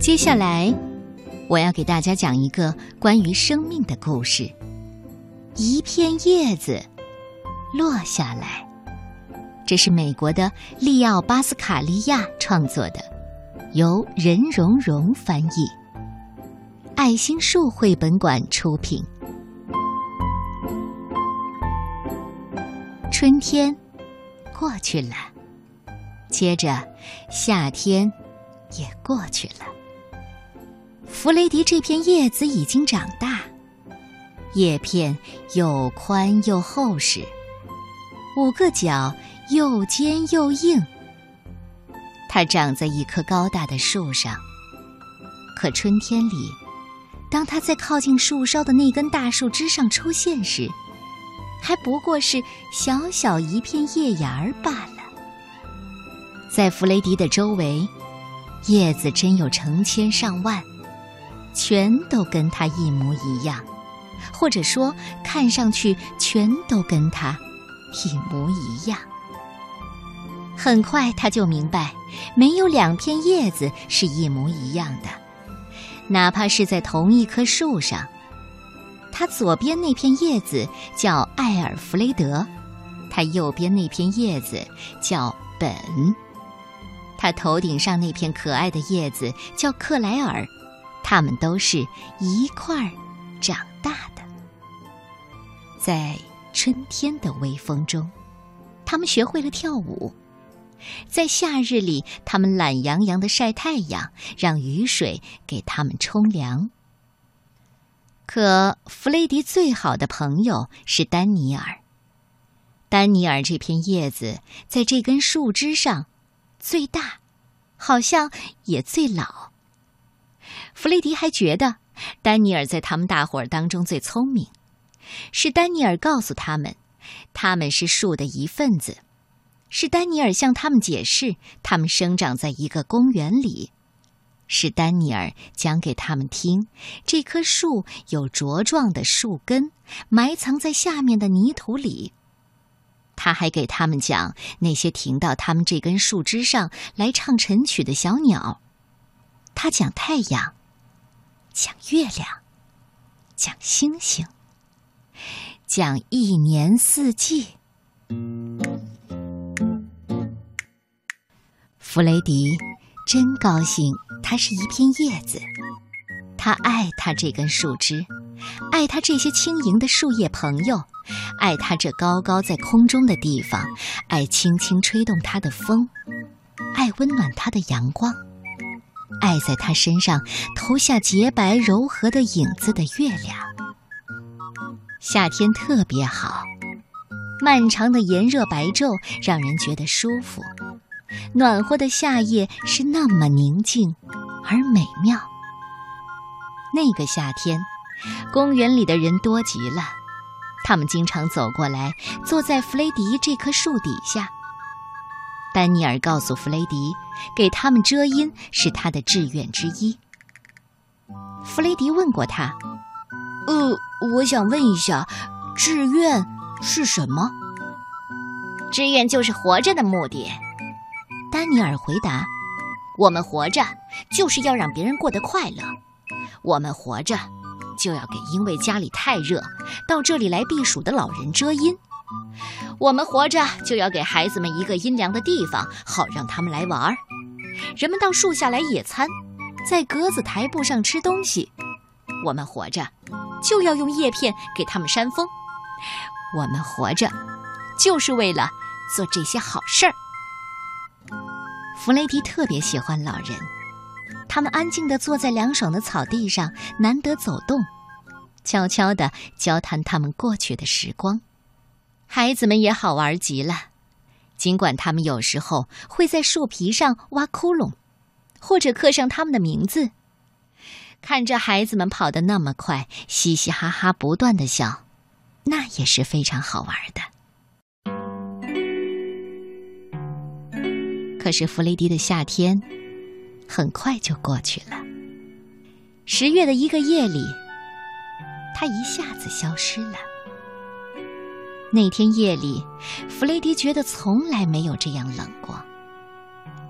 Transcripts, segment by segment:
接下来，我要给大家讲一个关于生命的故事。一片叶子落下来，这是美国的利奥·巴斯卡利亚创作的，由任溶溶翻译，爱心树绘本馆出品。春天过去了，接着夏天也过去了。弗雷迪这片叶子已经长大，叶片又宽又厚实，5个角又尖又硬。它长在一棵高大的树上，可春天里，当它在靠近树梢的那根大树枝上出现时，还不过是小小一片叶芽儿罢了。在弗雷迪的周围，叶子真有成千上万，全都跟他一模一样，或者说看上去全都跟他一模一样。很快他就明白，没有2片叶子是一模一样的，哪怕是在同一棵树上。他左边那片叶子叫艾尔弗雷德，他右边那片叶子叫本，他头顶上那片可爱的叶子叫克莱尔，他们都是一块儿长大的。在春天的微风中，他们学会了跳舞；在夏日里，他们懒洋洋地晒太阳，让雨水给他们冲凉。可弗雷迪最好的朋友是丹尼尔。丹尼尔这片叶子在这根树枝上最大，好像也最老。弗雷迪还觉得丹尼尔在他们大伙儿当中最聪明，是丹尼尔告诉他们，他们是树的一份子，是丹尼尔向他们解释他们生长在一个公园里，是丹尼尔讲给他们听，这棵树有茁壮的树根埋藏在下面的泥土里。他还给他们讲那些停到他们这根树枝上来唱晨曲的小鸟。他讲太阳，讲月亮，讲星星，讲一年四季。弗雷迪真高兴，它是一片叶子。他爱他这根树枝，爱他这些轻盈的树叶朋友，爱他这高高在空中的地方，爱轻轻吹动它的风，爱温暖它的阳光，爱在他身上投下洁白柔和的影子的月亮。夏天特别好，漫长的炎热白昼让人觉得舒服，暖和的夏夜是那么宁静而美妙。那个夏天，公园里的人多极了，他们经常走过来，坐在弗雷迪这棵树底下。丹尼尔告诉弗雷迪，给他们遮阴是他的志愿之一。弗雷迪问过他，我想问一下，志愿是什么？志愿就是活着的目的。丹尼尔回答，我们活着就是要让别人过得快乐，我们活着就要给因为家里太热到这里来避暑的老人遮阴，我们活着就要给孩子们一个阴凉的地方，好让他们来玩。人们到树下来野餐，在格子台布上吃东西，我们活着就要用叶片给他们扇风，我们活着就是为了做这些好事儿。弗雷迪特别喜欢老人，他们安静地坐在凉爽的草地上，难得走动，悄悄地交谈他们过去的时光。孩子们也好玩极了，尽管他们有时候会在树皮上挖窟窿，或者刻上他们的名字。看着孩子们跑得那么快，嘻嘻哈哈不断地笑，那也是非常好玩的。可是弗雷迪的夏天很快就过去了。10月的一个夜里，他一下子消失了。那天夜里，弗雷迪觉得从来没有这样冷过。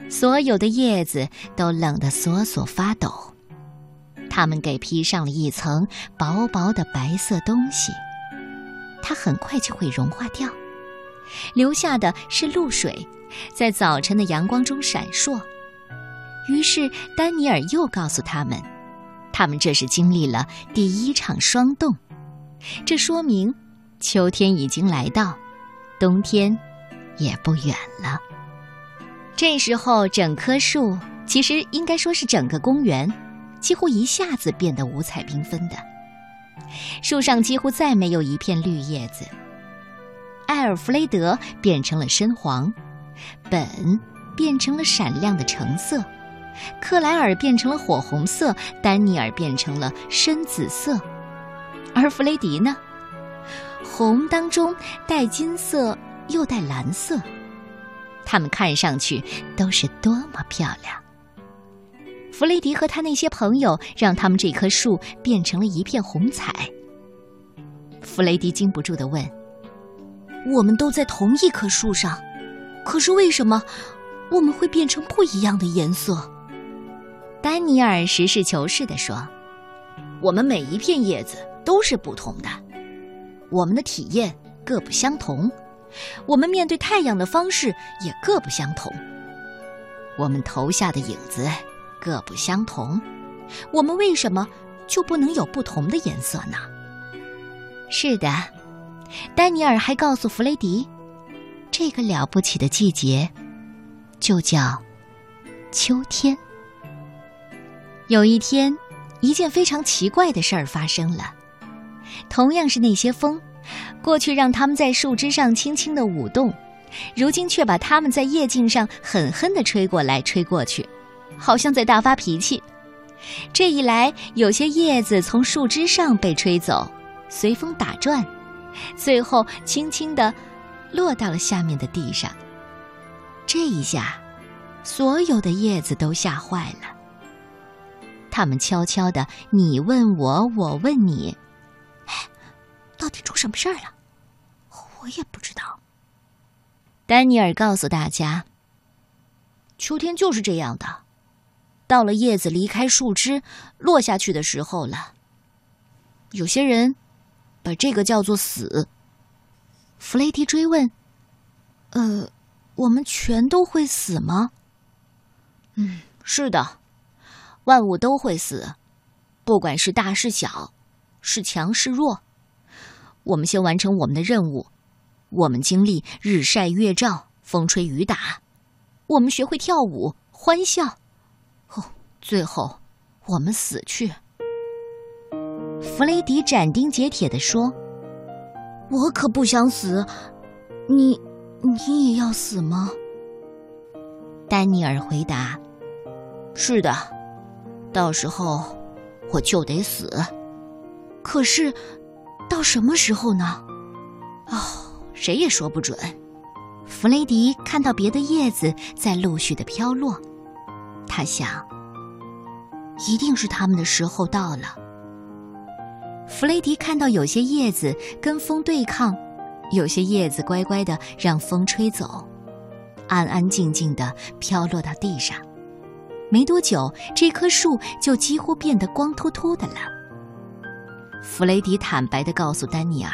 所有的叶子都冷得瑟瑟发抖，它们给披上了一层薄薄的白色东西，它很快就会融化掉，留下的是露水，在早晨的阳光中闪烁。于是丹尼尔又告诉他们这是经历了第一场霜冻，这说明秋天已经来到，冬天也不远了。这时候整棵树，其实应该说是整个公园，几乎一下子变得五彩缤纷的。树上几乎再没有一片绿叶子。艾尔弗雷德变成了深黄，本变成了闪亮的橙色，克莱尔变成了火红色，丹尼尔变成了深紫色，而弗雷迪呢？红当中带金色又带蓝色，它们看上去都是多么漂亮。弗雷迪和他那些朋友让他们这棵树变成了一片红彩。弗雷迪禁不住地问：我们都在同一棵树上，可是为什么我们会变成不一样的颜色？丹尼尔实事求是地说：我们每一片叶子都是不同的，我们的体验各不相同，我们面对太阳的方式也各不相同，我们投下的影子各不相同，我们为什么就不能有不同的颜色呢？是的，丹尼尔还告诉弗雷迪，这个了不起的季节就叫秋天。有一天，一件非常奇怪的事儿发生了。同样是那些风，过去让它们在树枝上轻轻地舞动，如今却把它们在叶茎上狠狠地吹过来吹过去，好像在大发脾气。这一来，有些叶子从树枝上被吹走，随风打转，最后轻轻地落到了下面的地上。这一下，所有的叶子都吓坏了。它们悄悄地你问我，我问你，到底出什么事儿了？我也不知道。丹尼尔告诉大家，秋天就是这样的，到了叶子离开树枝落下去的时候了。有些人把这个叫做死。弗雷迪追问：我们全都会死吗？是的，万物都会死，不管是大是小，是强是弱。我们先完成我们的任务，我们经历日晒月照，风吹雨打，我们学会跳舞欢笑，最后我们死去。弗雷迪斩钉截铁地说：我可不想死，你也要死吗？丹尼尔回答：是的，到时候我就得死。可是到什么时候呢？谁也说不准。弗雷迪看到别的叶子在陆续的飘落，他想，一定是他们的时候到了。弗雷迪看到有些叶子跟风对抗，有些叶子乖乖的让风吹走，安安静静的飘落到地上。没多久，这棵树就几乎变得光秃秃的了。弗雷迪坦白地告诉丹尼尔：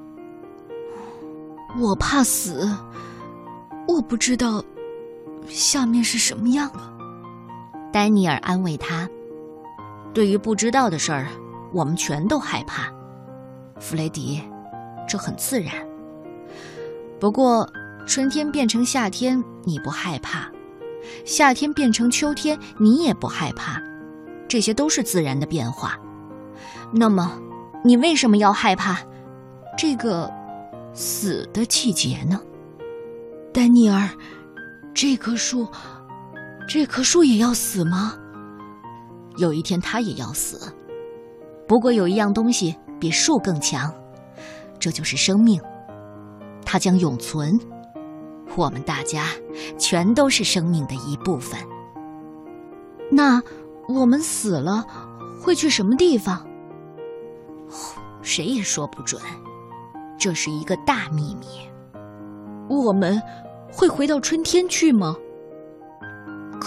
我怕死，我不知道下面是什么样啊。丹尼尔安慰他：对于不知道的事儿，我们全都害怕。弗雷迪，这很自然。不过春天变成夏天你不害怕，夏天变成秋天你也不害怕，这些都是自然的变化。那么你为什么要害怕这个死的季节呢？丹尼尔，这棵树也要死吗？有一天它也要死。不过有一样东西比树更强，这就是生命，它将永存。我们大家全都是生命的一部分。那我们死了会去什么地方？谁也说不准，这是一个大秘密。我们会回到春天去吗？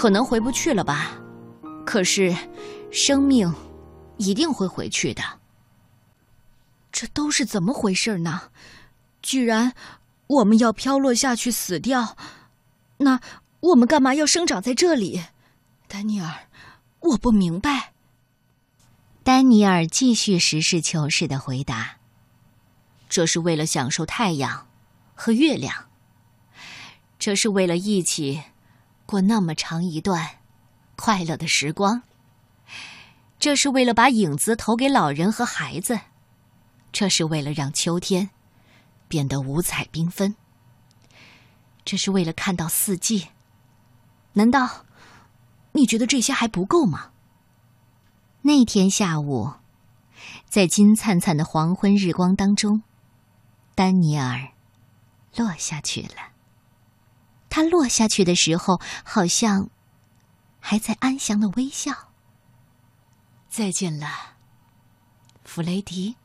可能回不去了吧，可是生命一定会回去的。 这都是怎么回事呢？居然我们要飘落下去死掉，那我们干嘛要生长在这里？丹尼尔，我不明白。 丹尼尔继续实事求是地回答：这是为了享受太阳和月亮，这是为了一起过那么长一段快乐的时光，这是为了把影子投给老人和孩子，这是为了让秋天变得五彩缤纷，这是为了看到四季。难道你觉得这些还不够吗？那天下午，在金灿灿的黄昏日光当中，丹尼尔落下去了。他落下去的时候，好像还在安详的微笑。再见了，弗雷迪。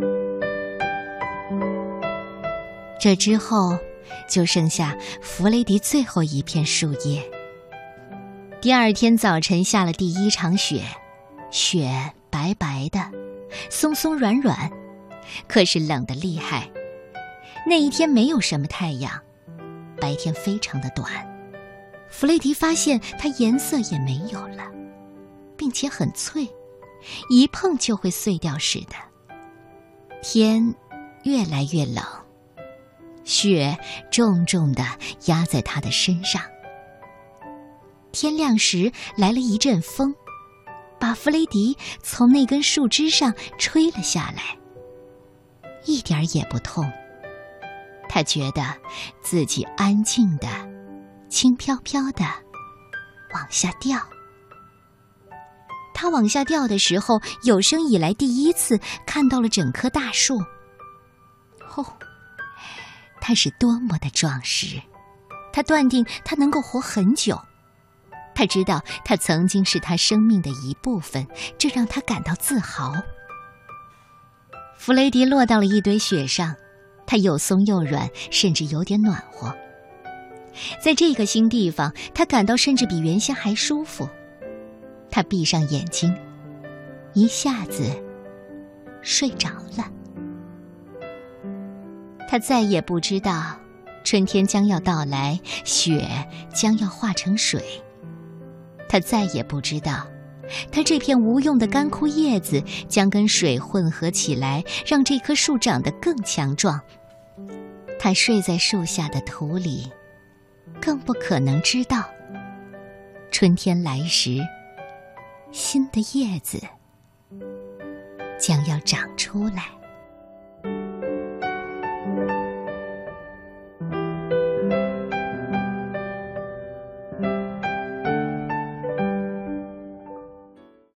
这之后，就剩下弗雷迪最后一片树叶。第二天早晨下了第一场雪，雪白白的，松松软软，可是冷得厉害。那一天没有什么太阳，白天非常的短。弗雷迪发现它颜色也没有了，并且很脆，一碰就会碎掉似的。天越来越冷，雪重重地压在他的身上。天亮时来了一阵风，把弗雷迪从那根树枝上吹了下来，一点儿也不痛。他觉得自己安静的、轻飘飘的往下掉。他往下掉的时候，有生以来第一次看到了整棵大树。哦，它是多么的壮实！他断定它能够活很久。他知道它曾经是他生命的一部分，这让他感到自豪。弗雷迪落到了一堆雪上，它又松又软，甚至有点暖和。在这个新地方，他感到甚至比原先还舒服。他闭上眼睛，一下子睡着了。他再也不知道春天将要到来，雪将要化成水。他再也不知道，他这片无用的干枯叶子将跟水混合起来，让这棵树长得更强壮。他睡在树下的土里，更不可能知道，春天来时，新的叶子将要长出来。